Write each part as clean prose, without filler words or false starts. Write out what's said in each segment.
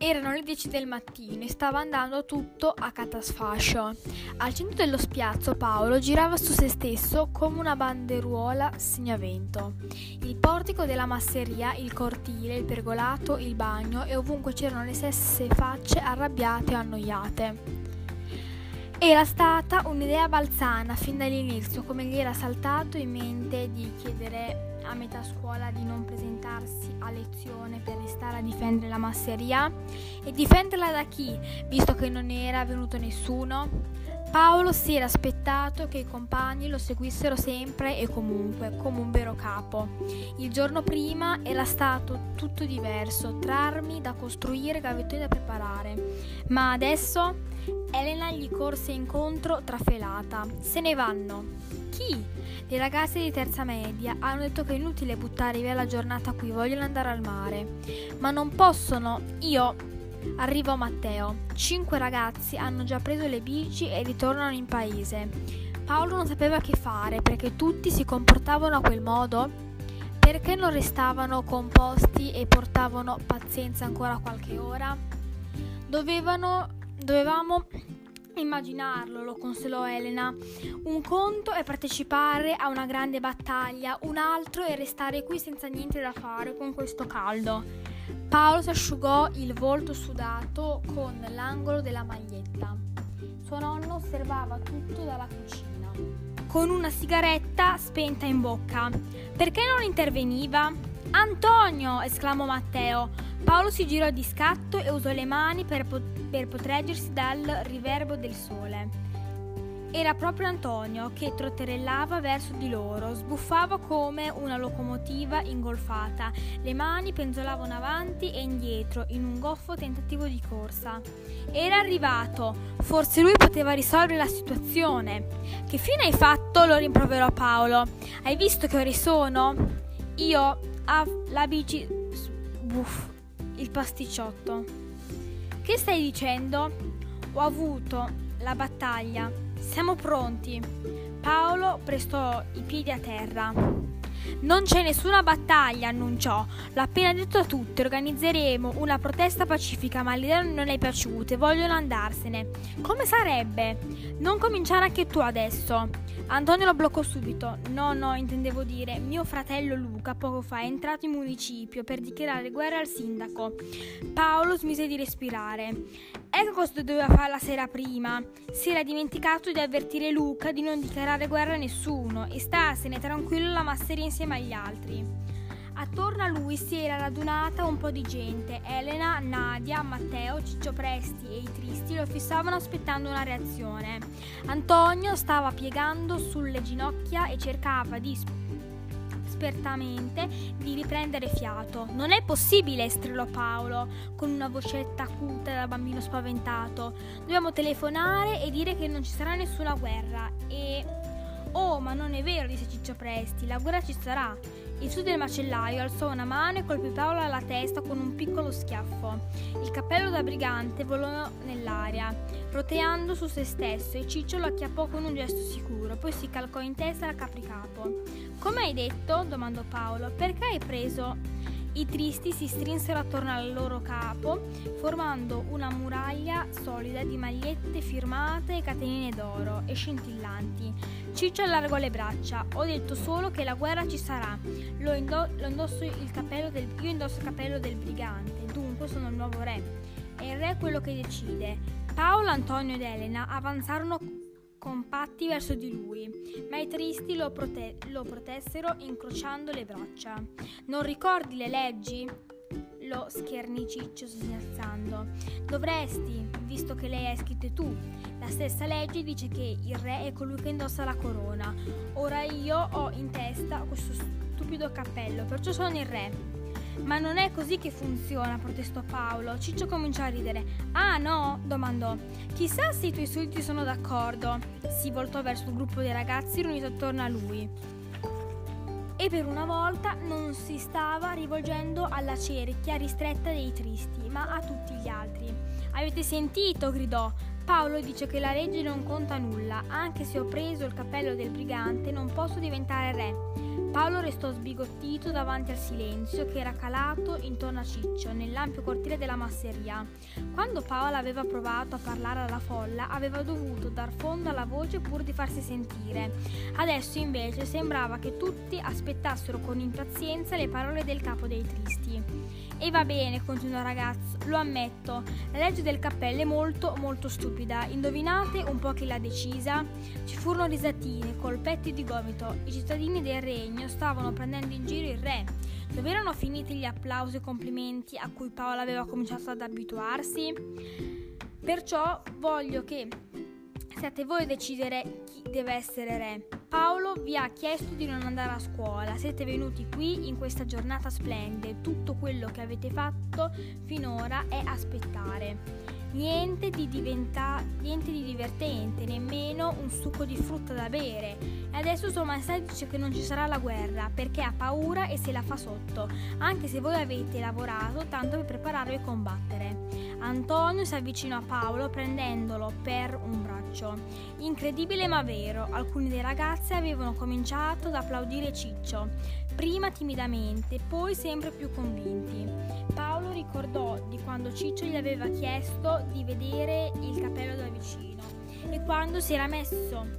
Erano le 10 del mattino e stava andando tutto a catasfascio. Al centro dello spiazzo Paolo girava su se stesso come una banderuola segnavento. Il portico della masseria, il cortile, il pergolato, il bagno e ovunque c'erano le stesse facce arrabbiate o annoiate. Era stata un'idea balzana fin dall'inizio, come gli era saltato in mente di chiedere a metà scuola di non presentarsi a lezione per restare a difendere la masseria. E difenderla da chi, visto che non era venuto nessuno? Paolo si era aspettato che i compagni lo seguissero sempre e comunque, come un vero capo. Il giorno prima era stato tutto diverso, tra armi da costruire, gavettoni da preparare. Ma adesso Elena gli corse incontro trafelata. Se ne vanno. Chi? Le ragazze di terza media hanno detto che è inutile buttare via la giornata qui, vogliono andare al mare. Ma non possono. Io... Arrivò Matteo. 5 ragazzi hanno già preso le bici e ritornano in paese. Paolo non sapeva che fare perché tutti si comportavano a quel modo. Perché non restavano composti e portavano pazienza ancora qualche ora? Dovevamo immaginarlo, lo consolò Elena. Un conto è partecipare a una grande battaglia, un altro è restare qui senza niente da fare con questo caldo. Paolo si asciugò il volto sudato con l'angolo della maglietta. Suo nonno osservava tutto dalla cucina, con una sigaretta spenta in bocca. Perché non interveniva? Antonio! Esclamò Matteo. Paolo si girò di scatto e usò le mani per proteggersi dal riverbero del sole. Era proprio Antonio che trotterellava verso di loro, sbuffava come una locomotiva ingolfata, le mani penzolavano avanti e indietro in un goffo tentativo di corsa. Era arrivato, forse lui poteva risolvere la situazione. Che fine hai fatto? Lo rimproverò Paolo. Hai visto che ore sono? Io, la bici, il pasticciotto. Che stai dicendo? Ho avuto la battaglia. Siamo pronti. Paolo prestò i piedi a terra. Non c'è nessuna battaglia, annunciò. L'ho appena detto a tutti, organizzeremo una protesta pacifica, ma l'idea non è piaciuta e vogliono andarsene. Come sarebbe? Non cominciare anche tu adesso. Antonio lo bloccò subito. No, intendevo dire, mio fratello Luca poco fa è entrato in municipio per dichiarare guerra al sindaco. Paolo smise di respirare. Ecco cosa doveva fare la sera prima. Si era dimenticato di avvertire Luca di non dichiarare guerra a nessuno e starsene tranquillo alla masseria insieme agli altri. Attorno a lui si era radunata un po' di gente. Elena, Nadia, Matteo, Ciccio Presti e i Tristi lo fissavano aspettando una reazione. Antonio stava piegando sulle ginocchia e cercava espertamente di riprendere fiato. Non è possibile, strillò Paolo con una vocetta acuta da bambino spaventato. Dobbiamo telefonare e dire che non ci sarà nessuna guerra. Oh, ma non è vero, disse Ciccio Presti, la guerra ci sarà. Il su del macellaio alzò una mano e colpì Paolo alla testa con un piccolo schiaffo. Il cappello da brigante volò nell'aria, roteando su se stesso, e Ciccio lo acchiappò con un gesto sicuro, poi si calcò in testa il capricapo. Come hai detto? Domandò Paolo. Perché hai preso? I Tristi si strinsero attorno al loro capo, formando una muraglia solida di magliette firmate e catenine d'oro e scintillanti. Ciccio allargò le braccia. Ho detto solo che la guerra ci sarà. Io indosso il cappello del brigante, dunque sono il nuovo re. È il re quello che decide. Paolo, Antonio ed Elena avanzarono compatti verso di lui, ma i Tristi lo protessero incrociando le braccia. Non ricordi le leggi? Lo schernì Ciccio sghignazzando. Dovresti, visto che le hai scritte tu. La stessa legge dice che il re è colui che indossa la corona. Ora io ho in testa questo stupido cappello, perciò sono il re. Ma non è così che funziona, protestò Paolo. Ciccio cominciò a ridere. Ah no? Domandò. Chissà se i tuoi sudditi sono d'accordo. Si voltò verso il gruppo dei ragazzi riunito attorno a lui. E per una volta non si stava rivolgendo alla cerchia ristretta dei Tristi, ma a tutti gli altri. Avete sentito? Gridò. Paolo dice che la legge non conta nulla. Anche se ho preso il cappello del brigante non posso diventare re. Paolo restò sbigottito davanti al silenzio che era calato intorno a Ciccio nell'ampio cortile della masseria. Quando Paolo aveva provato a parlare alla folla, aveva dovuto dar fondo alla voce pur di farsi sentire. Adesso invece sembrava che tutti aspettassero con impazienza le parole del capo dei tristi. E va bene, continuò il ragazzo, lo ammetto, la legge del cappello è molto, molto stupida. Indovinate un po' chi l'ha decisa? Ci furono risatine, colpetti di gomito. I cittadini del regno stavano prendendo in giro il re. Dove erano finiti gli applausi e complimenti a cui Paolo aveva cominciato ad abituarsi? Perciò voglio che siate voi a decidere chi deve essere re. Paolo vi ha chiesto di non andare a scuola, siete venuti qui in questa giornata splendida e tutto quello che avete fatto finora è aspettare. Niente di divertente, nemmeno un succo di frutta da bere. E adesso sua maestà dice che non ci sarà la guerra perché ha paura e se la fa sotto, anche se voi avete lavorato tanto per prepararvi a combattere. Antonio si avvicinò a Paolo prendendolo per un braccio. Incredibile ma vero, alcuni dei ragazzi avevano cominciato ad applaudire Ciccio, prima timidamente, poi sempre più convinti. Paolo ricordò di quando Ciccio gli aveva chiesto di vedere il cappello da vicino e quando si era messo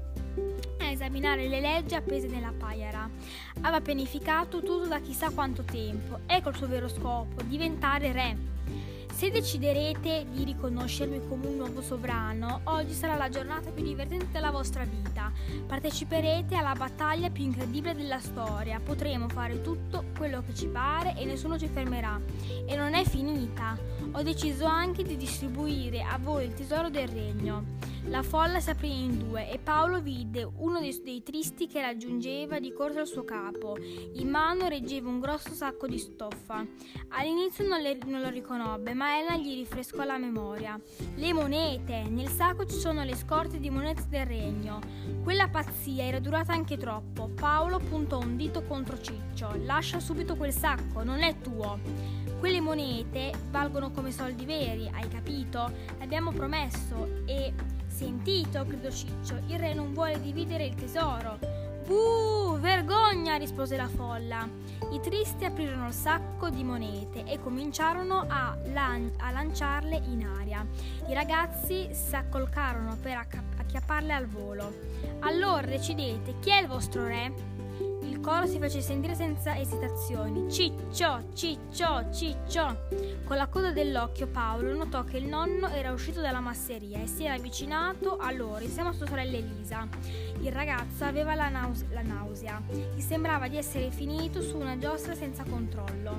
a esaminare le leggi appese nella paiera. Aveva pianificato tutto da chissà quanto tempo. Ecco il suo vero scopo, diventare re. Se deciderete di riconoscermi come un nuovo sovrano, oggi sarà la giornata più divertente della vostra vita. Parteciperete alla battaglia più incredibile della storia. Potremo fare tutto quello che ci pare e nessuno ci fermerà. E non è finita. Ho deciso anche di distribuire a voi il tesoro del regno. La folla si aprì in due e Paolo vide uno dei tristi che raggiungeva di corsa il suo capo. In mano reggeva un grosso sacco di stoffa. All'inizio non lo riconobbe, ma Elena gli rinfrescò la memoria. Le monete! Nel sacco ci sono le scorte di monete del regno. Quella pazzia era durata anche troppo. Paolo puntò un dito contro Ciccio. Lascia subito quel sacco, non è tuo. Quelle monete valgono come soldi veri, hai capito? L'abbiamo promesso e... Sentito, gridò Ciccio, il re non vuole dividere il tesoro. Buh, vergogna, rispose la folla. I tristi aprirono il sacco di monete e cominciarono a lanciarle in aria. I ragazzi s'accolcarono per acchiapparle al volo. Allora decidete, chi è il vostro re? Il coro si fece sentire senza esitazioni. Ciccio, Ciccio, Ciccio. Con la coda dell'occhio Paolo notò che il nonno era uscito dalla masseria e si era avvicinato a loro insieme a sua sorella Elisa. Il ragazzo aveva la nausea. Gli sembrava di essere finito su una giostra senza controllo.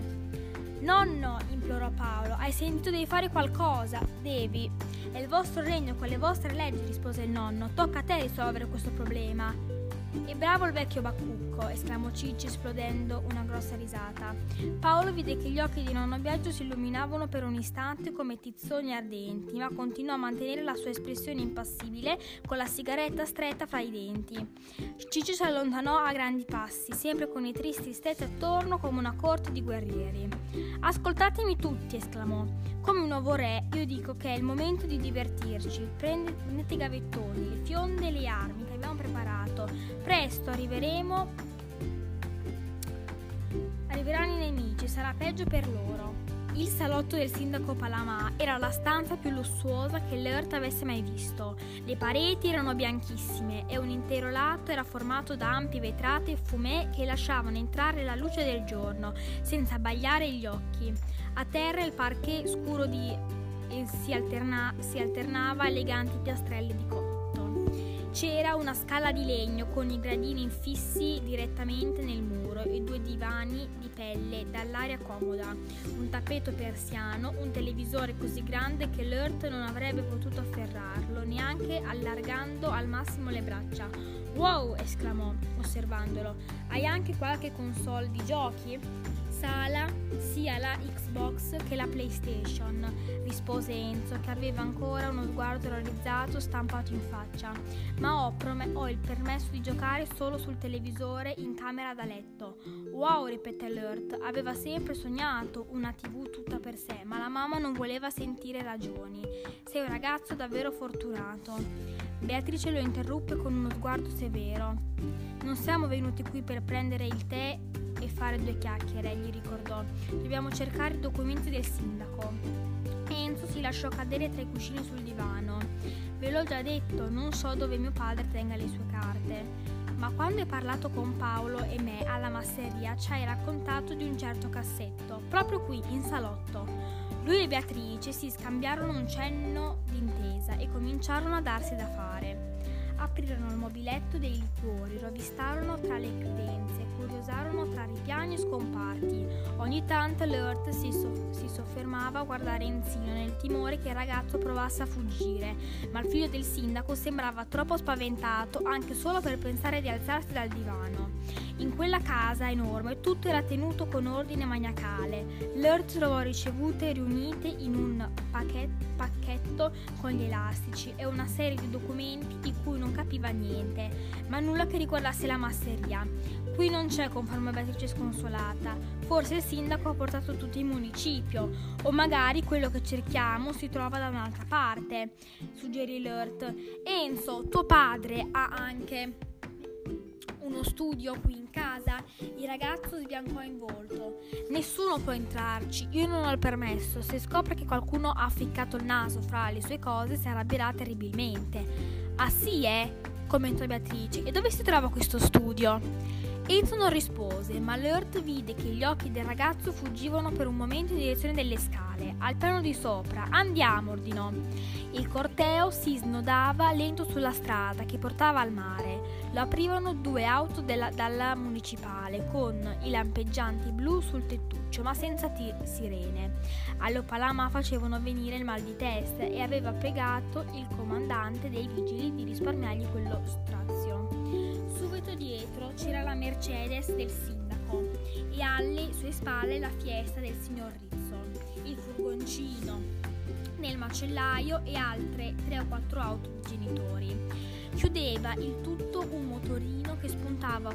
Nonno, implorò Paolo, hai sentito devi fare qualcosa? Devi. È il vostro regno con le vostre leggi, rispose il nonno. Tocca a te risolvere questo problema. E bravo il vecchio Bacucco, esclamò Ciccio esplodendo una grossa risata. Paolo vide che gli occhi di nonno Biagio si illuminavano per un istante come tizzoni ardenti, ma continuò a mantenere la sua espressione impassibile con la sigaretta stretta fra i denti. Ciccio si allontanò a grandi passi, sempre con i tristi stretti attorno come una corte di guerrieri. Ascoltatemi tutti, esclamò. Come un nuovo re, io dico che è il momento di divertirci. Prendete i gavettoni, le fionde e le armi che abbiamo preparato. Presto arriveranno i nemici, sarà peggio per loro. Il salotto del sindaco Palamà era la stanza più lussuosa che l'Earth avesse mai visto. Le pareti erano bianchissime e un intero lato era formato da ampie vetrate e fumée che lasciavano entrare la luce del giorno senza abbagliare gli occhi. A terra il parquet scuro si alternava a eleganti piastrelle di cotto. C'era una scala di legno con i gradini infissi direttamente nel muro e due divani di pelle dall'aria comoda, un tappeto persiano, un televisore così grande che l'Earth non avrebbe potuto afferrarlo, neanche allargando al massimo le braccia. Wow! Esclamò, osservandolo. Hai anche qualche console di giochi? Sala sia la Xbox che la PlayStation, rispose Enzo, che aveva ancora uno sguardo terrorizzato stampato in faccia. Ma ho il permesso di giocare solo sul televisore in camera da letto. Wow, ripeté l'Earth, aveva sempre sognato una TV tutta per sé, ma la mamma non voleva sentire ragioni. Sei un ragazzo davvero fortunato. Beatrice lo interruppe con uno sguardo severo. Non siamo venuti qui per prendere il tè e fare 2 chiacchiere, gli ricordò. Dobbiamo cercare i documenti del sindaco. Enzo si lasciò cadere tra i cuscini sul divano. Ve l'ho già detto, non so dove mio padre tenga le sue carte. Ma quando hai parlato con Paolo e me alla masseria ci hai raccontato di un certo cassetto, proprio qui, in salotto. Lui e Beatrice si scambiarono un cenno d'intesa e cominciarono a darsi da fare. Aprirono il mobiletto dei liquori, rovistarono tra le credenze, curiosarono tra ripiani e scomparti. Ogni tanto Lurt si soffermava a guardare Enzino nel timore che il ragazzo provasse a fuggire, ma il figlio del sindaco sembrava troppo spaventato anche solo per pensare di alzarsi dal divano. In quella casa enorme tutto era tenuto con ordine maniacale. Lurt trovò ricevute riunite in un pacchetto con gli elastici e una serie di documenti di cui non capiva niente, ma nulla che riguardasse la masseria. Qui non c'è, confermò Beatrice sconsolata. Forse il sindaco ha portato tutti in municipio, o magari quello che cerchiamo si trova da un'altra parte, suggerì Lurt. Enzo, tuo padre ha anche uno studio qui in casa? Il ragazzo sbiancò in volto. Nessuno può entrarci, io non ho il permesso. Se scopre che qualcuno ha ficcato il naso fra le sue cose si arrabbierà terribilmente. Ah sì, commentò Beatrice. E dove si trova questo studio? Enzo non rispose, ma Lurt vide che gli occhi del ragazzo fuggivano per un momento in direzione delle scale, al piano di sopra. Andiamo, ordinò. Il corteo si snodava lento sulla strada che portava al mare. Lo aprivano 2 auto dalla municipale, con i lampeggianti blu sul tettuccio, ma senza sirene. All'Opalama facevano venire il mal di testa e aveva pregato il comandante dei vigili di risparmiargli quello strazio. Subito dietro c'era la Mercedes del sindaco e alle sue spalle la Fiesta del signor Rizzo, il furgoncino nel macellaio e altre 3 o 4 auto di genitori. Chiudeva il tutto un motorino che spuntava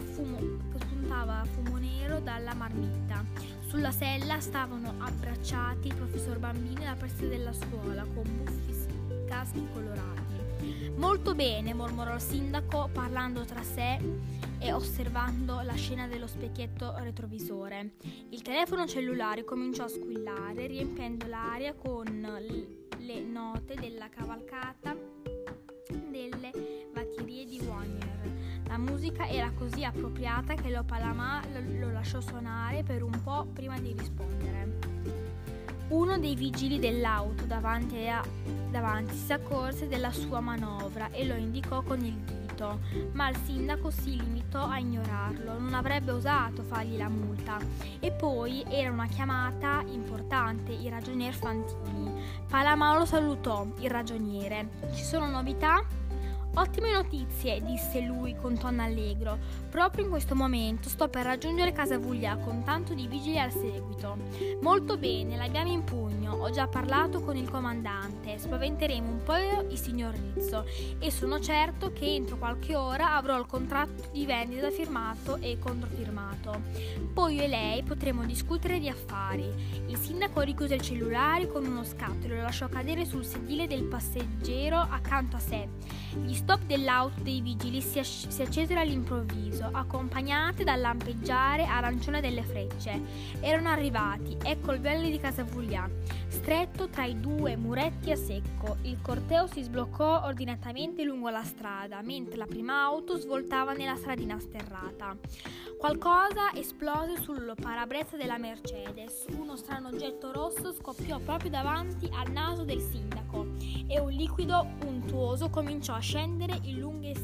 fumo nero dalla marmitta. Sulla sella stavano abbracciati il professor Bambino e la preside della scuola con buffi caschi colorati. Molto bene, mormorò il sindaco parlando tra sé e osservando la scena dello specchietto retrovisore. Il telefono cellulare cominciò a squillare, riempiendo l'aria con le note della cavalcata delle batterie di Wagner. La musica era così appropriata che l'Opalama lo lasciò suonare per un po' prima di rispondere. Uno dei vigili dell'auto davanti si accorse della sua manovra e lo indicò con il dito, ma il sindaco si limitò a ignorarlo. Non avrebbe osato fargli la multa. E poi era una chiamata importante, il ragionier Fantini. Palamà salutò il ragioniere. Ci sono novità? Ottime notizie, disse lui con tono allegro. Proprio in questo momento sto per raggiungere Casavuglia con tanto di vigili al seguito. Molto bene, l'abbiamo in pugno. Ho già parlato con il comandante. Spaventeremo un po' il signor Rizzo e sono certo che entro qualche ora avrò il contratto di vendita firmato e controfirmato. Poi io e lei potremo discutere di affari. Il sindaco richiuse il cellulare con uno scatto e lo lasciò cadere sul sedile del passeggero accanto a sé. Gli stop dell'auto dei vigili si accesero all'improvviso, accompagnate dal lampeggiare arancione delle frecce. Erano arrivati, ecco il viale di Casavuglia, stretto tra i 2 muretti a secco. Il corteo si sbloccò ordinatamente lungo la strada, mentre la prima auto svoltava nella stradina sterrata. Qualcosa esplose sul parabrezza della Mercedes. Uno strano oggetto rosso scoppiò proprio davanti al naso del sindaco e un liquido untuoso cominciò a scendere in lunghe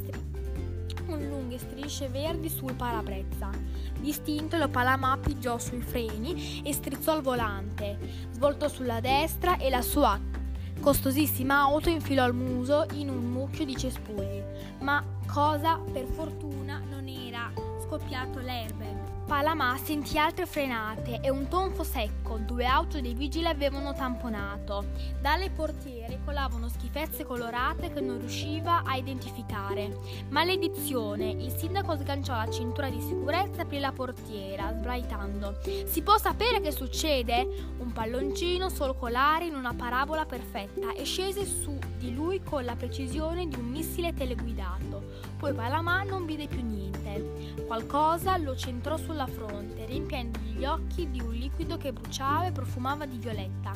strisce verdi sul parabrezza. Distinto, l'Opalama pigiò sui freni e strizzò il volante. Svoltò sulla destra e la sua costosissima auto infilò il muso in un mucchio di cespugli. Ma cosa, per fortuna, non era scoppiato l'airbag. Palamà sentì altre frenate e un tonfo secco. 2 auto dei vigili avevano tamponato. Dalle portiere colavano schifezze colorate che non riusciva a identificare. Maledizione! Il sindaco sganciò la cintura di sicurezza e aprì la portiera, sbraitando. Si può sapere che succede? Un palloncino solcolare in una parabola perfetta e scese su di lui con la precisione di un missile teleguidato. Poi Palamà non vide più niente. Qualcosa lo centrò sulla fronte, riempiendogli gli occhi di un liquido che bruciava e profumava di violetta.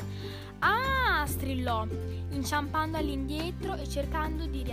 «Ah!» strillò, inciampando all'indietro e cercando di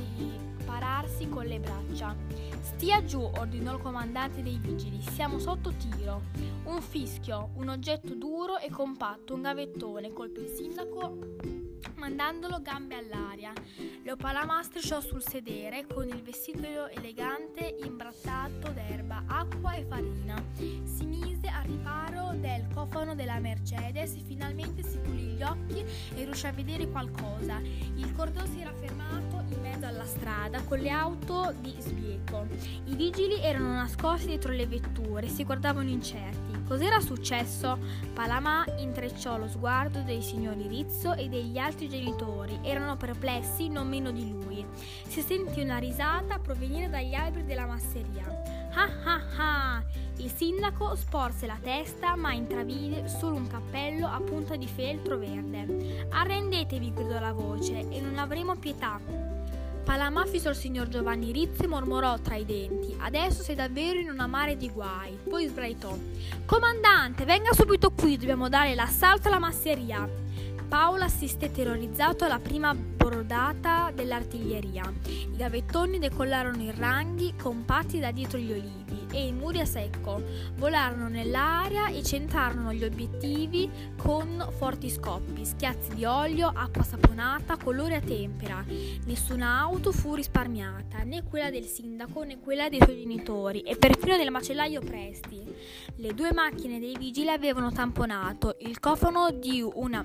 ripararsi con le braccia. «Stia giù!» ordinò il comandante dei vigili. «Siamo sotto tiro!» Un fischio, un oggetto duro e compatto, un gavettone, colpì il sindaco mandandolo gambe all'aria. Lo Palamà strisciò sul sedere con il vestito elegante imbrattato d'erba, acqua e farina. Si mise al riparo del cofano della Mercedes e finalmente si pulì gli occhi e riuscì a vedere qualcosa. Il corteo si era fermato in mezzo alla strada con le auto di sbieco. I vigili erano nascosti dietro le vetture e si guardavano incerti. Cos'era successo? Palamà intrecciò lo sguardo dei signori Rizzo e degli altri genitori. Erano perplessi non meno di lui. Si sentì una risata provenire dagli alberi della masseria. Ah ah ah! Il sindaco sporse la testa, ma intravide solo un cappello a punta di feltro verde. Arrendetevi, gridò la voce, e non avremo pietà. Palamà fissò il signor Giovanni Rizzo e mormorò tra i denti: «Adesso sei davvero in una mare di guai». Poi sbraitò: «Comandante, venga subito qui, dobbiamo dare l'assalto alla masseria». Paolo assisté terrorizzato alla prima bordata dell'artiglieria. I gavettoni decollarono in ranghi compatti da dietro gli olivi e i muri a secco volarono nell'aria e centrarono gli obiettivi con forti scoppi, schiazzi di olio, acqua saponata, colore a tempera. Nessuna auto fu risparmiata, né quella del sindaco né quella dei suoi genitori e perfino del macellaio Presti. Le 2 macchine dei vigili avevano tamponato il cofano di una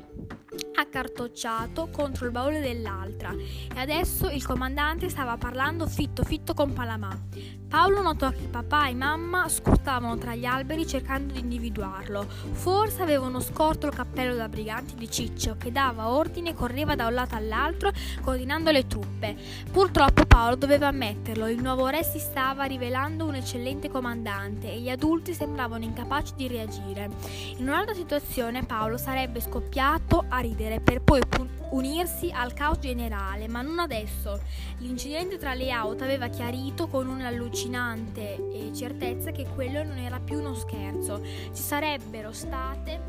accartocciato contro il baule dell'altra e adesso il comandante stava parlando fitto con Palamà. Paolo notò che papà e mamma scrutavano tra gli alberi cercando di individuarlo. Forse avevano scorto il cappello da briganti di Ciccio, che dava ordine e correva da un lato all'altro coordinando le truppe. Purtroppo Paolo doveva ammetterlo, il nuovo re si stava rivelando un eccellente comandante e gli adulti sembravano incapaci di reagire. In un'altra situazione Paolo sarebbe scoppiato a ridere per poi unirsi al caos generale, ma non adesso. L'incidente tra le auto aveva chiarito con un'allucinante certezza che quello non era più uno scherzo. Ci sarebbero state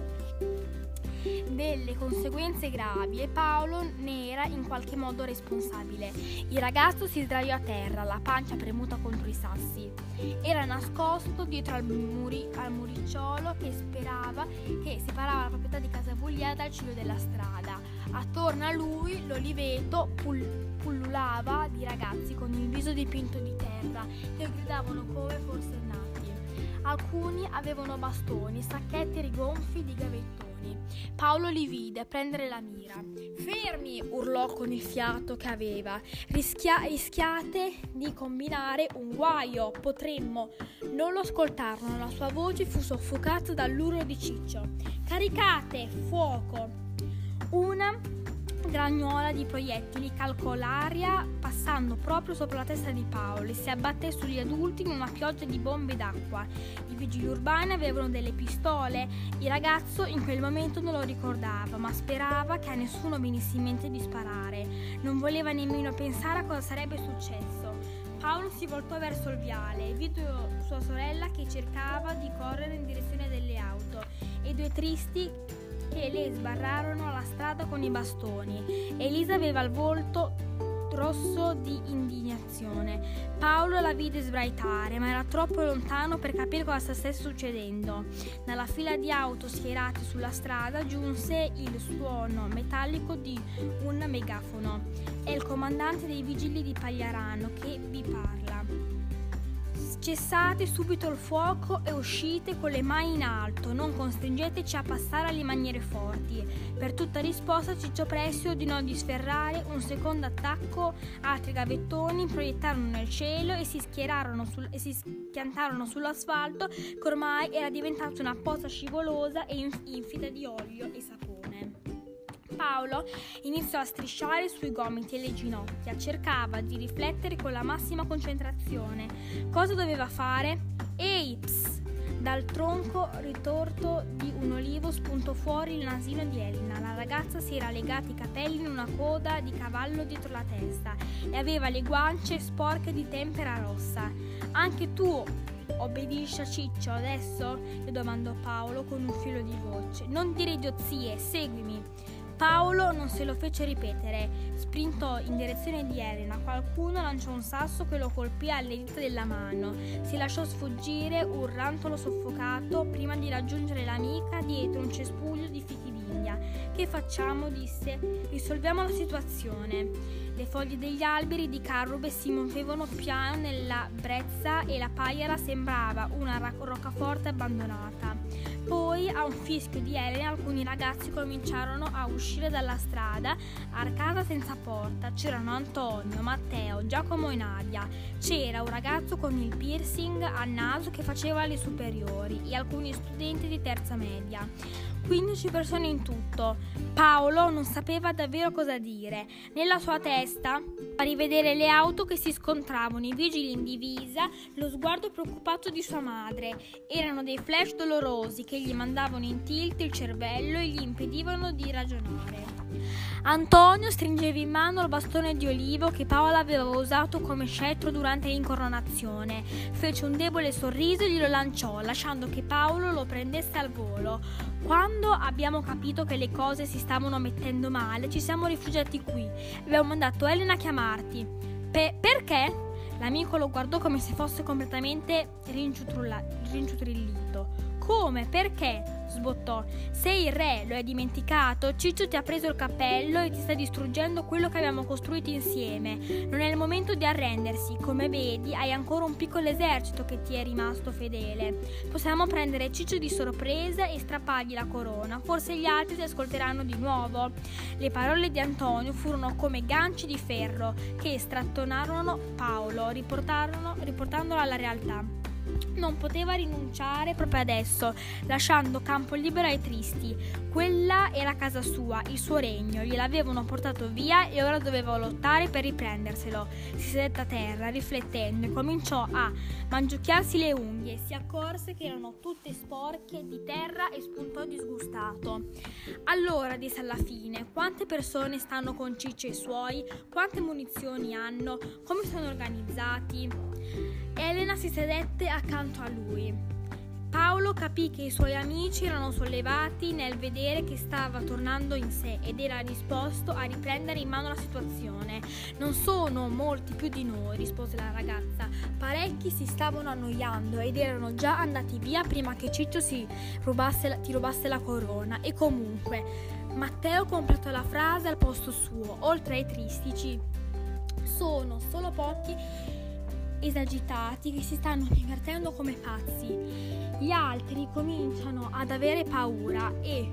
delle conseguenze gravi e Paolo ne era in qualche modo responsabile. Il ragazzo si sdraiò a terra, la pancia premuta contro i sassi. Era nascosto dietro al muricciolo che separava la proprietà di Casabuglià dal ciglio della strada. Attorno a lui l'oliveto pullulava di ragazzi con il viso dipinto di terra che gridavano come forsennati. Alcuni avevano bastoni, sacchetti rigonfi di gavettoni. Paolo li vide prendere la mira. «Fermi!» urlò con il fiato che aveva. «Rischiate di combinare un guaio, potremmo!» Non lo ascoltarono, la sua voce fu soffocata dall'urlo di Ciccio. «Caricate! Fuoco!» Una gragnuola di proiettili calcò l'aria passando proprio sopra la testa di Paolo e si abbatté sugli adulti in una pioggia di bombe d'acqua. I vigili urbani avevano delle pistole. Il ragazzo in quel momento non lo ricordava, ma sperava che a nessuno venisse in mente di sparare. Non voleva nemmeno pensare a cosa sarebbe successo. Paolo si voltò verso il viale e vide sua sorella che cercava di correre in direzione delle auto e 2 tristi che le sbarrarono la strada con i bastoni. Elisa aveva il volto rosso di indignazione. Paolo la vide sbraitare, ma era troppo lontano per capire cosa stesse succedendo. Dalla fila di auto schierate sulla strada giunse il suono metallico di un megafono. È il comandante dei vigili di Pagliarano che vi parla. cessate subito il fuoco e uscite con le mani in alto, non costringeteci a passare alle maniere forti. Per tutta risposta Ciccio Pressi ordinò di sferrare un secondo attacco. Altri gavettoni proiettarono nel cielo e si schiantarono sull'asfalto, che ormai era diventata una pozza scivolosa e infida di olio e sapone. Paolo iniziò a strisciare sui gomiti e le ginocchia, cercava di riflettere con la massima concentrazione. Cosa doveva fare? Ehi, psst! Dal tronco ritorto di un olivo spuntò fuori il nasino di Elena. La ragazza si era legata i capelli in una coda di cavallo dietro la testa e aveva le guance sporche di tempera rossa. Anche tu obbedisci a Ciccio adesso? Le domandò Paolo con un filo di voce. Non dire idiozie, seguimi. Paolo non se lo fece ripetere, sprintò in direzione di Elena. Qualcuno lanciò un sasso che lo colpì alle dita della mano. Si lasciò sfuggire un rantolo soffocato prima di raggiungere l'amica dietro un cespuglio di fichidindia. Che facciamo? Disse. Risolviamo la situazione. Le foglie degli alberi di carrube si muovevano piano nella brezza e la paiera sembrava una roccaforte abbandonata. Poi, a un fischio di Elena, alcuni ragazzi cominciarono a uscire dalla strada, arcata senza porta. C'erano Antonio, Matteo, Giacomo e Nadia. C'era un ragazzo con il piercing al naso che faceva le superiori e alcuni studenti di terza media. 15 persone in tutto. Paolo non sapeva davvero cosa dire. Nella sua testa a rivedere le auto che si scontravano, i vigili in divisa, lo sguardo preoccupato di sua madre. Erano dei flash dolorosi che gli mandavano in tilt il cervello e gli impedivano di ragionare. Antonio stringeva in mano il bastone di olivo che Paola aveva usato come scettro durante l'incoronazione. Fece un debole sorriso e glielo lanciò, lasciando che Paolo lo prendesse al volo. Quando abbiamo capito che le cose si stavano mettendo male, ci siamo rifugiati qui. Abbiamo mandato Elena a chiamarti. Perché? L'amico lo guardò come se fosse completamente rinciutrillito. Come? Perché? Sbottò. Sei il re, lo hai dimenticato? Ciccio ti ha preso il cappello e ti sta distruggendo quello che abbiamo costruito insieme. Non è il momento di arrendersi. Come vedi, hai ancora un piccolo esercito che ti è rimasto fedele. Possiamo prendere Ciccio di sorpresa e strappargli la corona. Forse gli altri ti ascolteranno di nuovo. Le parole di Antonio furono come ganci di ferro che strattonarono Paolo, riportandolo alla realtà. Non poteva rinunciare proprio adesso, lasciando campo libero ai tristi. Quella era casa sua, il suo regno, gliel'avevano portato via e ora doveva lottare per riprenderselo. Si sedette a terra, riflettendo, e cominciò a mangiucchiarsi le unghie. Si accorse che erano tutte sporche di terra e spuntò disgustato. Allora, disse alla fine, quante persone stanno con Ciccio e i suoi? Quante munizioni hanno? Come sono organizzati? Elena si sedette accanto a lui. Paolo capì che i suoi amici erano sollevati nel vedere che stava tornando in sé ed era disposto a riprendere in mano la situazione. Non sono molti più di noi, rispose la ragazza. Parecchi si stavano annoiando ed erano già andati via prima che Ciccio ti rubasse la corona. E comunque, Matteo completò la frase al posto suo. Oltre ai tristici, sono solo pochi esagitati che si stanno divertendo come pazzi. Gli altri cominciano ad avere paura e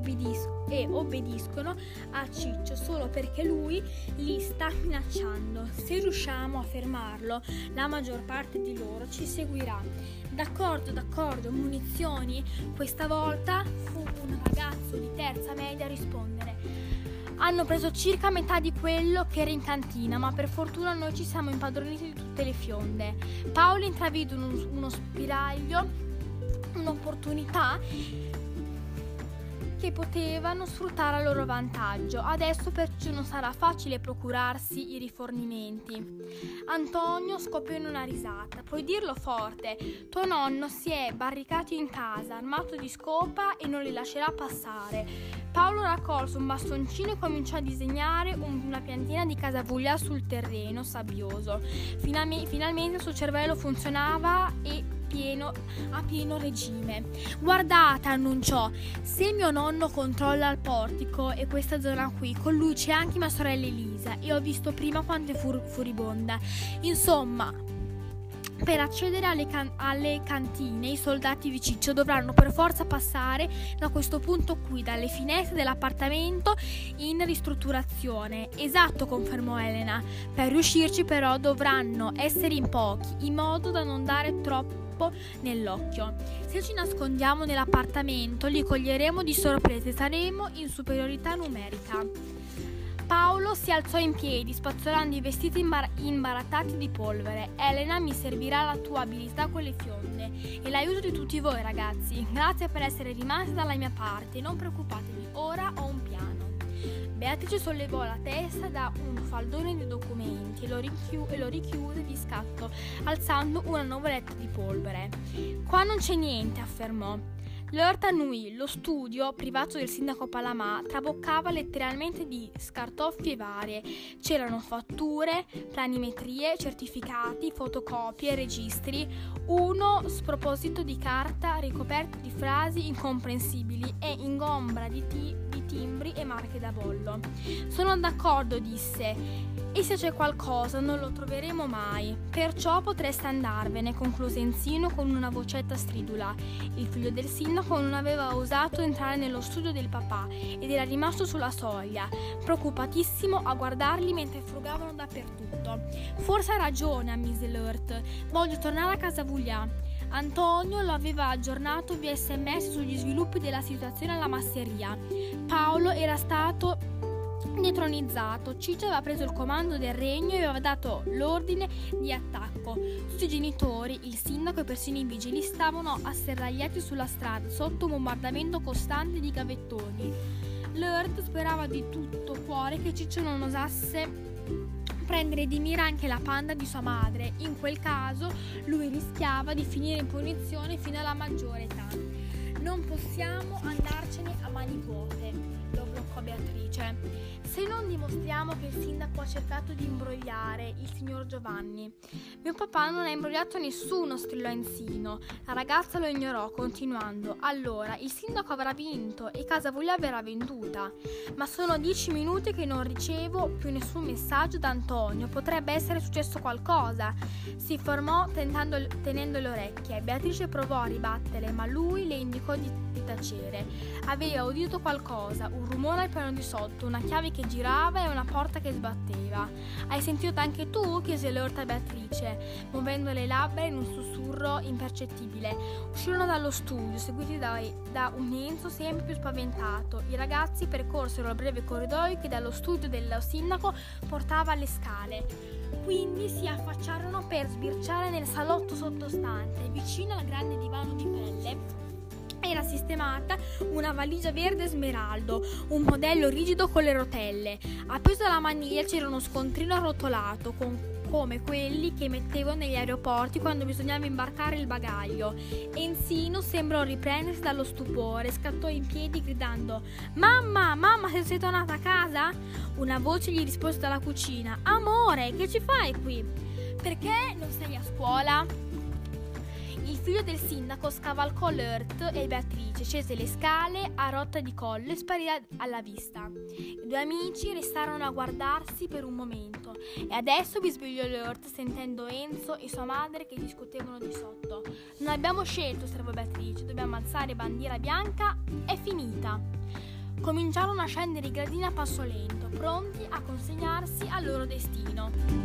obbediscono a Ciccio solo perché lui li sta minacciando. Se riusciamo a fermarlo, la maggior parte di loro ci seguirà. D'accordo, munizioni? Questa volta fu un ragazzo di terza media a rispondere. Hanno preso circa metà di quello che era in cantina, ma per fortuna noi ci siamo impadroniti di tutte le fionde. Paolo intravide uno spiraglio, un'opportunità che potevano sfruttare a loro vantaggio. Adesso perciò non sarà facile procurarsi i rifornimenti. Antonio scoppiò in una risata. Puoi dirlo forte, tuo nonno si è barricato in casa, armato di scopa e non li lascerà passare. Paolo raccolse un bastoncino e cominciò a disegnare una piantina di casavuglia sul terreno sabbioso. Finalmente il suo cervello funzionava a pieno regime. Guardate, annunciò, se mio nonno controlla il portico e questa zona qui, con lui c'è anche mia sorella Elisa e ho visto prima quanto è furibonda. Insomma, Per accedere alle cantine, i soldati di Ciccio dovranno per forza passare da questo punto qui, dalle finestre dell'appartamento in ristrutturazione. Esatto, confermò Elena. Per riuscirci però dovranno essere in pochi, in modo da non dare troppo nell'occhio. Se ci nascondiamo nell'appartamento, li coglieremo di sorpresa e saremo in superiorità numerica. Paolo si alzò in piedi, spazzolando i vestiti imbarattati di polvere. Elena, mi servirà la tua abilità con le fionde e l'aiuto di tutti voi, ragazzi. Grazie per essere rimasti dalla mia parte. Non preoccupatevi, ora ho un piano. Beatrice sollevò la testa da un faldone di documenti e lo richiuse di scatto, alzando una nuvoletta di polvere. Qua non c'è niente, affermò. L'Hort annui. Lo studio privato del sindaco Palamà traboccava letteralmente di scartoffie varie. C'erano fatture, planimetrie, certificati, fotocopie, registri, uno sproposito di carta ricoperto di frasi incomprensibili e ingombra di timbri e marche da bollo. Sono d'accordo, disse. E se c'è qualcosa non lo troveremo mai. Perciò potreste andarvene, concluse Enzino con una vocetta stridula. Il figlio del sindaco non aveva osato entrare nello studio del papà ed era rimasto sulla soglia, preoccupatissimo a guardarli mentre frugavano dappertutto. Forse ha ragione, ammise l'Hort. Voglio tornare a casa Vouliat. Antonio lo aveva aggiornato via SMS sugli sviluppi della situazione alla masseria. Paolo era stato detronizzato. Ciccio aveva preso il comando del regno e aveva dato l'ordine di attacco. Tutti i genitori, il sindaco e persino i vigili stavano asserragliati sulla strada sotto un bombardamento costante di gavettoni. L'Hort sperava di tutto cuore che Ciccio non osasse prendere di mira anche la panda di sua madre. In quel caso lui rischiava di finire in punizione fino alla maggiore età. Non possiamo andarcene a mani vuote, lo bloccò Beatrice. Se non dimostriamo che il sindaco ha cercato di imbrogliare il signor Giovanni. Mio papà non ha imbrogliato nessuno, strillò Enzino. La ragazza lo ignorò, continuando. Allora, il sindaco avrà vinto e casa Vouliat verrà venduta. Ma sono 10 minuti che non ricevo più nessun messaggio da Antonio. Potrebbe essere successo qualcosa. Si fermò tenendo le orecchie. Beatrice provò a ribattere, ma lui le indicò di tacere. Aveva udito qualcosa, un rumore al piano di sotto, una chiave che girava e una porta che sbatteva. Hai sentito anche tu? Chiese l'Hort a Beatrice, muovendo le labbra in un sussurro impercettibile. Uscirono dallo studio, seguiti da un Enzo sempre più spaventato. I ragazzi percorsero il breve corridoio che dallo studio del sindaco portava alle scale. Quindi si affacciarono per sbirciare nel salotto sottostante, vicino al grande divano di pelle. Era sistemata una valigia verde smeraldo, un modello rigido con le rotelle. Appeso alla maniglia c'era uno scontrino arrotolato, come quelli che mettevano negli aeroporti quando bisognava imbarcare il bagaglio. Enzino sembrò riprendersi dallo stupore, scattò in piedi gridando: Mamma, sei tornata a casa? Una voce gli rispose dalla cucina: Amore, che ci fai qui? Perché non sei a scuola? Il figlio del sindaco scavalcò l'Hort e Beatrice, scese le scale a rotta di collo e sparì alla vista. I due amici restarono a guardarsi per un momento e adesso bisbigliò l'Hort sentendo Enzo e sua madre che discutevano di sotto. Non abbiamo scelto, osservò Beatrice, dobbiamo alzare bandiera bianca, è finita. Cominciarono a scendere i gradini a passo lento, pronti a consegnarsi al loro destino.